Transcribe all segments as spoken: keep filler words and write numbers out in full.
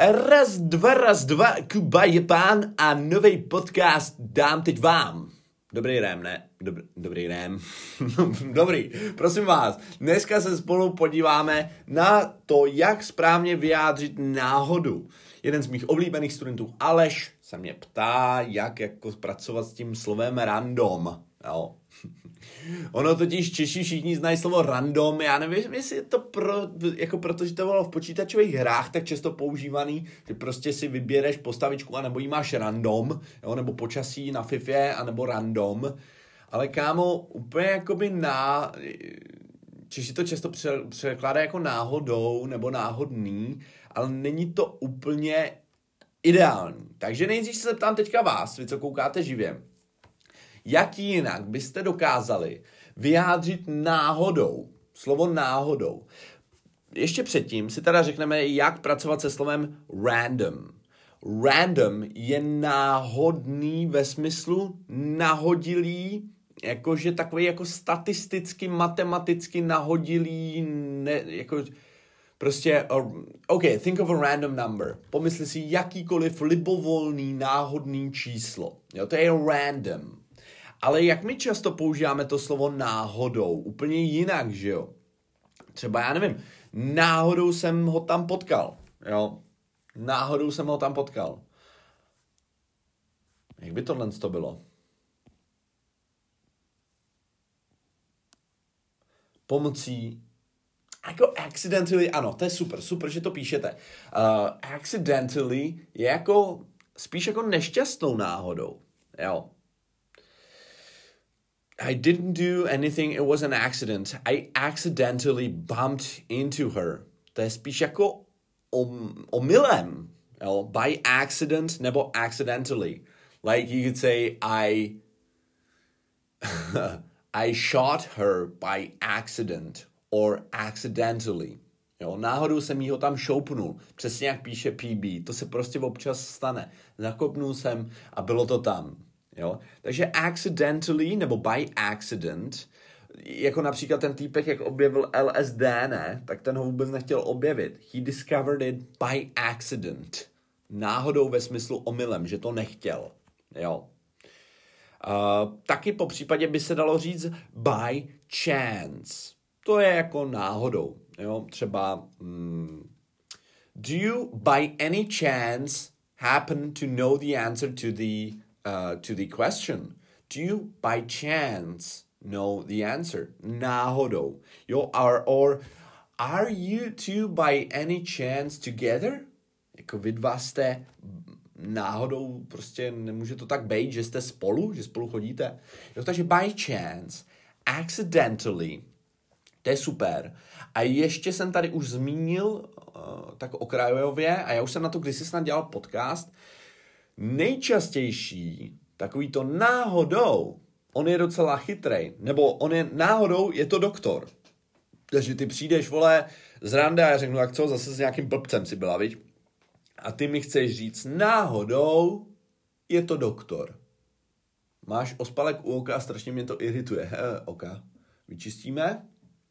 Raz, dva, raz, dva, Kuba je pán a nový podcast dám teď vám. Dobrý rém, ne? Dobrý, dobrý rém. Dobrý, prosím vás, dneska se spolu podíváme na to, jak správně vyjádřit náhodu. Jeden z mých oblíbených studentů, Aleš, se mě ptá, jak jako pracovat s tím slovem random. Jo. Ono totiž Češi všichni znají slovo random, já nevím, jestli je to pro, jako protože to bylo v počítačových hrách tak často používaný, že prostě si vyběreš postavičku a nebo jí máš random, jo, nebo počasí na Fifě, a nebo random, ale kámo, úplně jakoby na... Češi to často překládají jako náhodou nebo náhodný, ale není to úplně ideální. Takže nejdřív se zeptám teďka vás, vy co koukáte živě. Jak jinak byste dokázali vyjádřit náhodou, slovo náhodou? Ještě předtím si teda řekneme, jak pracovat se slovem random. Random je náhodný ve smyslu nahodilý, jakože takový jako statisticky, matematicky nahodilý, ne, jako prostě, uh, OK, think of a random number. Pomysli si jakýkoliv libovolný, náhodný číslo. Jo, to je random. Ale jak my často používáme to slovo náhodou? Úplně jinak, že jo? Třeba, já nevím, náhodou jsem ho tam potkal, jo? Náhodou jsem ho tam potkal. Jak by tohle to bylo? Pomocí, jako accidentally, ano, to je super, super, že to píšete. Uh, accidentally je jako, spíš jako nešťastnou náhodou, jo? I didn't do anything, it was an accident. I accidentally bumped into her. To je spíš jako om, omylem, jo? By accident nebo accidentally. Like you could say, I I shot her by accident or accidentally. Jo? Náhodou jsem jí ho tam šoupnul. Přesně jak píše P B. To se prostě občas stane. Zakopnul jsem a bylo to tam. Jo? Takže accidentally nebo by accident, jako například ten týpek, jak objevil L S D, ne? Tak ten ho vůbec nechtěl objevit. He discovered it by accident. Náhodou ve smyslu omylem, že to nechtěl. Jo? Uh, taky po případě by se dalo říct by chance. To je jako náhodou. Jo? Třeba mm, do you by any chance happen to know the answer to the Uh, to the question? Do you by chance know the answer? Náhodou. Jo, or, or are you two by any chance together? Jako vy dva jste náhodou, prostě nemůže to tak být, že jste spolu, že spolu chodíte. Jo, takže by chance, accidentally, to je super. A ještě jsem tady už zmínil uh, tak okrajově, a já už jsem na to kdysi snad dělal podcast, nejčastější, takový to náhodou, on je docela chytrej, nebo on je náhodou, je to doktor. Takže ty přijdeš, vole, z rande a já řeknu, jak co, zase s nějakým blbcem si byla, viď? A ty mi chceš říct, náhodou je to doktor. Máš ospalek u oka a strašně mě to irituje. He, oka. Vyčistíme?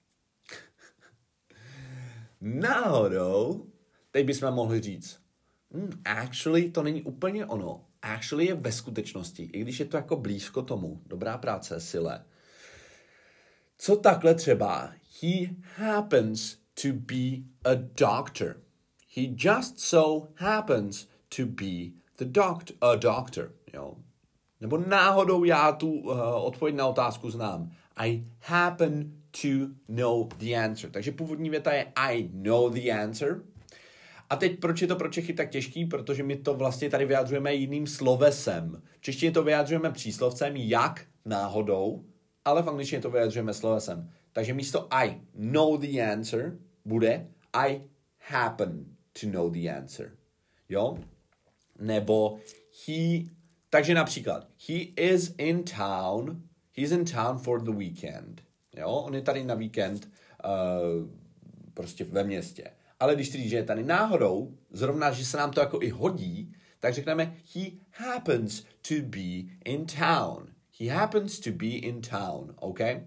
Náhodou, teď bychom mohli říct, Hmm, actually to není úplně ono. Actually je ve skutečnosti, i když je to jako blízko tomu. Dobrá práce, Sile. Co takhle třeba? He happens to be a doctor. He just so happens to be the doctor, a doctor. Jo? Nebo náhodou já tu uh, odpověď na otázku znám. I happen to know the answer. Takže původní věta je I know the answer. A teď proč je to pro Čechy tak těžký? Protože my to vlastně tady vyjadřujeme jiným slovesem. V češtině to vyjadřujeme příslovcem jak náhodou, ale v angličtině to vyjadřujeme slovesem. Takže místo I know the answer bude I happen to know the answer. Jo? Nebo he, takže například he is in town, he's in town for the weekend. Jo? On je tady na víkend uh, prostě ve městě. Ale když říct, že je tady náhodou, zrovna, že se nám to jako i hodí, tak řekneme he happens to be in town. He happens to be in town, OK? Uh,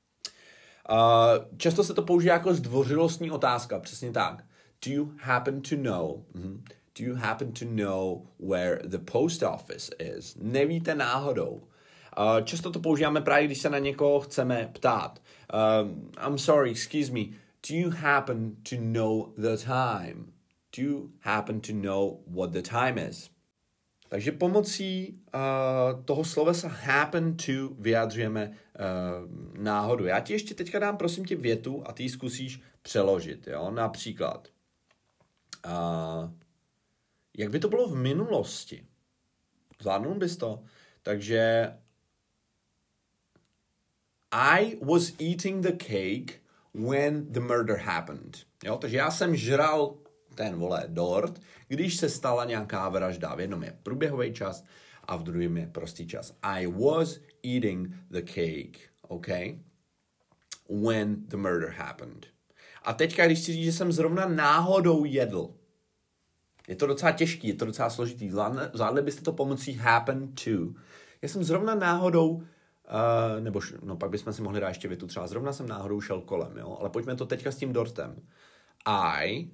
často se to používá jako zdvořilostní otázka, přesně tak. Do you happen to know? Mm-hmm. Do you happen to know where the post office is? Nevíte náhodou. Uh, často to používáme právě, když se na někoho chceme ptát. Um, I'm sorry, excuse me. Do you happen to know the time? Do you happen to know what the time is? Takže pomocí uh, toho slovesa happen to vyjádřujeme uh, náhodu. Já ti ještě teďka dám, prosím tě, větu a ty ji zkusíš přeložit. Jo? Například, uh, jak by to bylo v minulosti? Zvládnul bys to? Takže I was eating the cake when the murder happened. Jo? Takže já jsem žral ten, vole, dort, když se stala nějaká vražda. V jednom je průběhový čas a v druhém je prostý čas. I was eating the cake, okay? When the murder happened. A teďka, když si říct, že jsem zrovna náhodou jedl, je to docela těžký, je to docela složitý. Zvládli byste to pomocí happen to. Já jsem zrovna náhodou, uh, nebo no pak bychom si mohli dát ještě větu, třeba zrovna jsem náhodou šel kolem, jo? Ale pojďme to teďka s tím dortem. I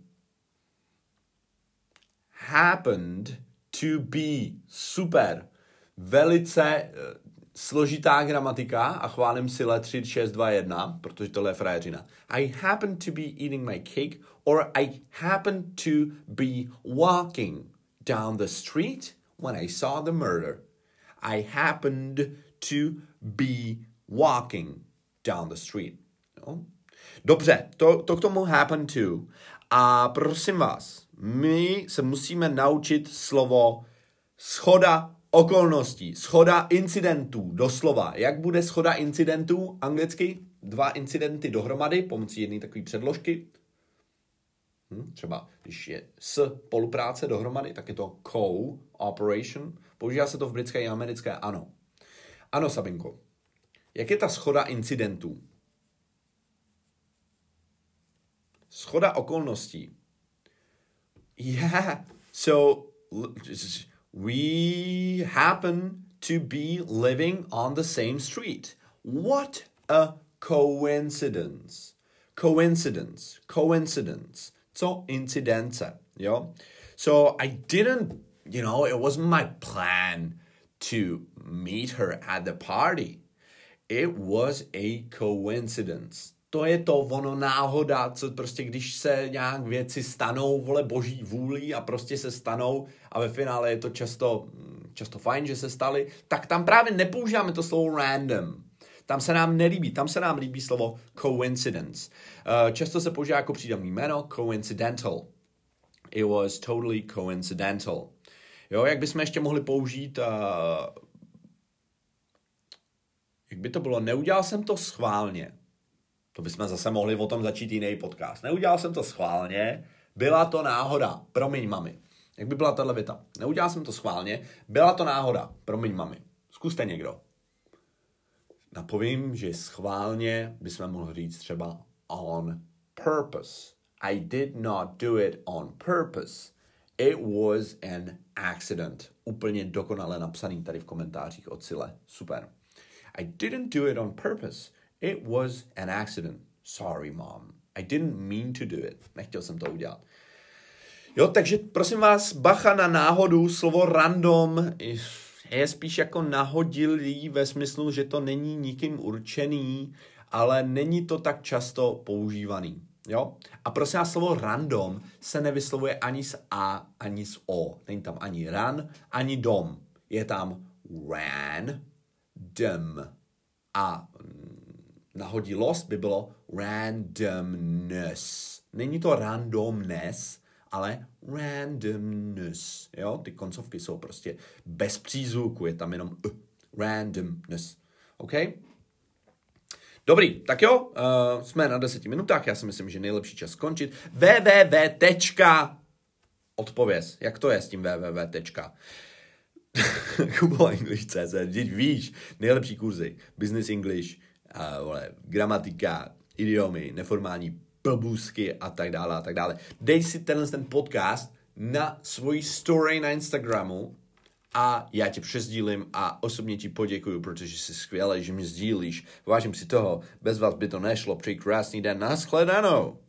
happened to be. Super. Velice uh, složitá gramatika a chválím si le tři, šest, dva, jedna, protože tohle je frajeřina. I happened to be eating my cake or I happened to be walking down the street when I saw the murder. I happened to be walking down the street. No? Dobře, to, to k tomu happen to. A prosím vás, my se musíme naučit slovo shoda okolností, shoda incidentů, doslova. Jak bude shoda incidentů anglicky? Dva incidenty dohromady pomocí jedné takové předložky. Hm, třeba když je spolupráce dohromady, tak je to co-operation. Používá se to v britské i americké ano. Ano, Sabinko. Jak je ta shoda incidentů? Shoda okolností. Yeah, so we happen to be living on the same street. What a coincidence. Coincidence. Coincidence. Co incidence, jo? So I didn't, you know, it wasn't my plan to meet her at the party. It was a coincidence. To je to ono náhoda, co prostě když se nějak věci stanou, vole boží vůlí a prostě se stanou a ve finále je to často, často fajn, že se staly, tak tam právě nepoužíváme to slovo random. Tam se nám nelíbí, tam se nám líbí slovo coincidence. Často se používá jako přídavný jméno coincidental. It was totally coincidental. Jo, jak bychom ještě mohli použít, uh, jak by to bylo, neudělal jsem to schválně. To bychom zase mohli o tom začít jiný podcast. Neudělal jsem to schválně, byla to náhoda, promiň mami. Jak by byla tato věta? Neudělal jsem to schválně, byla to náhoda, promiň mami. Zkuste někdo. Napovím, že schválně bychom mohli říct třeba on purpose. I did not do it on purpose. It was an accident. Úplně dokonale napsaný tady v komentářích od Sile. Super. I didn't do it on purpose. It was an accident. Sorry, mom. I didn't mean to do it. Nechtěl jsem to udělat. Jo, takže prosím vás, bacha na náhodu. Slovo random je spíš jako nahodilý ve smyslu, že to není nikým určený, ale není to tak často používaný. Jo? A prosím vás, slovo random se nevyslovuje ani s A, ani s O. Není tam ani ran, ani dom. Je tam ran, dom. A nahodilost by bylo randomness. Není to randomness, ale randomness. Jo? Ty koncovky jsou prostě bez přízvuku, je tam jenom uh, randomness. OK? Dobrý, tak jo, uh, jsme na deseti minutách, já si myslím, že nejlepší čas skončit. www. Odpověz, jak to je s tím www. kubo english tečka cz, vždyť víš, nejlepší kurzy, business English, uh, vole, gramatika, idiomy, neformální blbůzky a tak dále a tak dále. Dej si tenhle ten podcast na svoji story na Instagramu a já tě přesdílím a osobně ti poděkuju, protože jsi skvělý, že mě sdílíš. Vážím si toho, bez vás by to nešlo. Přeji krásný den, nashledanou.